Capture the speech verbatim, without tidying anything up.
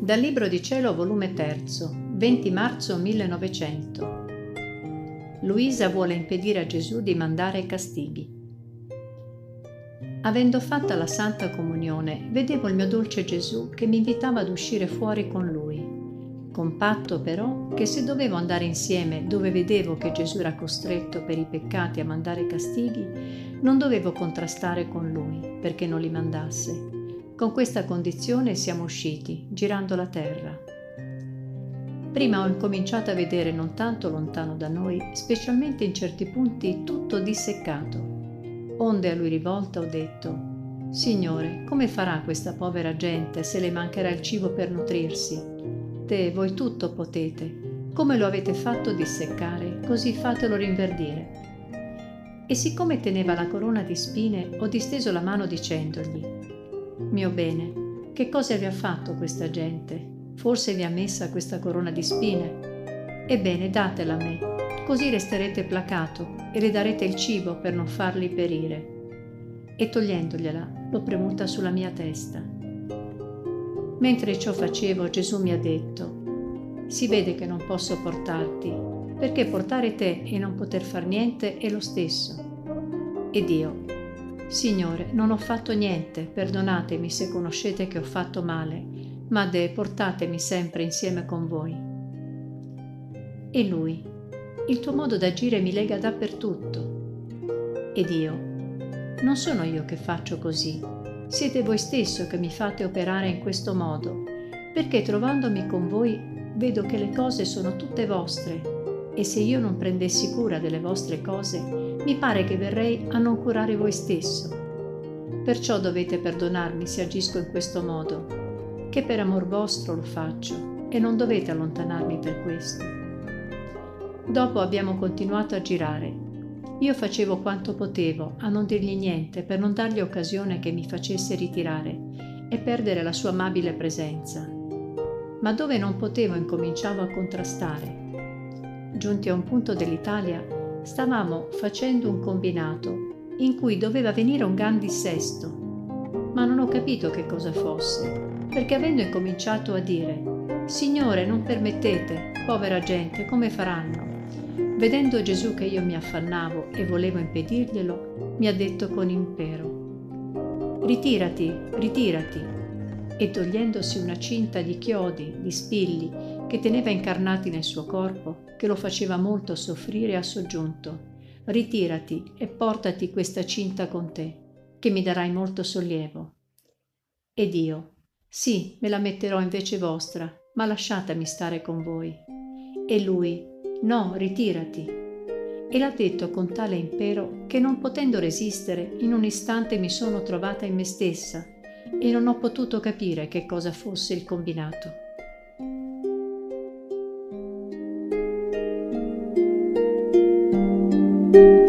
Dal Libro di Cielo, volume terzo, venti marzo millenovecento. Luisa vuole impedire a Gesù di mandare castighi. Avendo fatta la Santa Comunione, vedevo il mio dolce Gesù che mi invitava ad uscire fuori con lui, con patto però che se dovevo andare insieme dove vedevo che Gesù era costretto per i peccati a mandare castighi, non dovevo contrastare con lui perché non li mandasse. Con questa condizione siamo usciti, girando la terra. Prima ho incominciato a vedere non tanto lontano da noi, specialmente in certi punti, tutto disseccato. Onde a lui rivolta ho detto: Signore, come farà questa povera gente se le mancherà il cibo per nutrirsi? Te, voi tutto potete. Come lo avete fatto disseccare, così fatelo rinverdire. E siccome teneva la corona di spine, ho disteso la mano dicendogli: Mio bene, che cosa vi ha fatto questa gente? Forse vi ha messa questa corona di spine? Ebbene, datela a me, così resterete placato e le darete il cibo per non farli perire. E togliendogliela, l'ho premuta sulla mia testa. Mentre ciò facevo, Gesù mi ha detto: Si vede che non posso portarti, perché portare te e non poter far niente è lo stesso. Ed io: Signore, non ho fatto niente, perdonatemi se conoscete che ho fatto male, ma de portatemi sempre insieme con voi. E lui: Il tuo modo d'agire mi lega dappertutto. Ed io: Non sono io che faccio così, siete voi stesso che mi fate operare in questo modo, perché trovandomi con voi vedo che le cose sono tutte vostre, e se io non prendessi cura delle vostre cose, mi pare che verrei a non curare voi stesso. Perciò dovete perdonarmi se agisco in questo modo, che per amor vostro lo faccio, e non dovete allontanarmi per questo. Dopo abbiamo continuato a girare. Io facevo quanto potevo a non dirgli niente per non dargli occasione che mi facesse ritirare e perdere la sua amabile presenza. Ma dove non potevo incominciavo a contrastare. Giunti a un punto dell'Italia, stavamo facendo un combinato in cui doveva venire un gran dissesto, ma non ho capito che cosa fosse, perché avendo incominciato a dire: Signore, non permettete, povera gente, come faranno? Vedendo Gesù che io mi affannavo e volevo impedirglielo, mi ha detto con impero: Ritirati, ritirati. E togliendosi una cinta di chiodi, di spilli, che teneva incarnati nel suo corpo, che lo faceva molto soffrire, ha soggiunto: Ritirati e portati questa cinta con te, che mi darai molto sollievo. Ed io: Sì, me la metterò invece vostra, ma lasciatemi stare con voi. E lui: No, ritirati. E l'ha detto con tale impero che, non potendo resistere, in un istante mi sono trovata in me stessa e non ho potuto capire che cosa fosse il combinato. Thank you.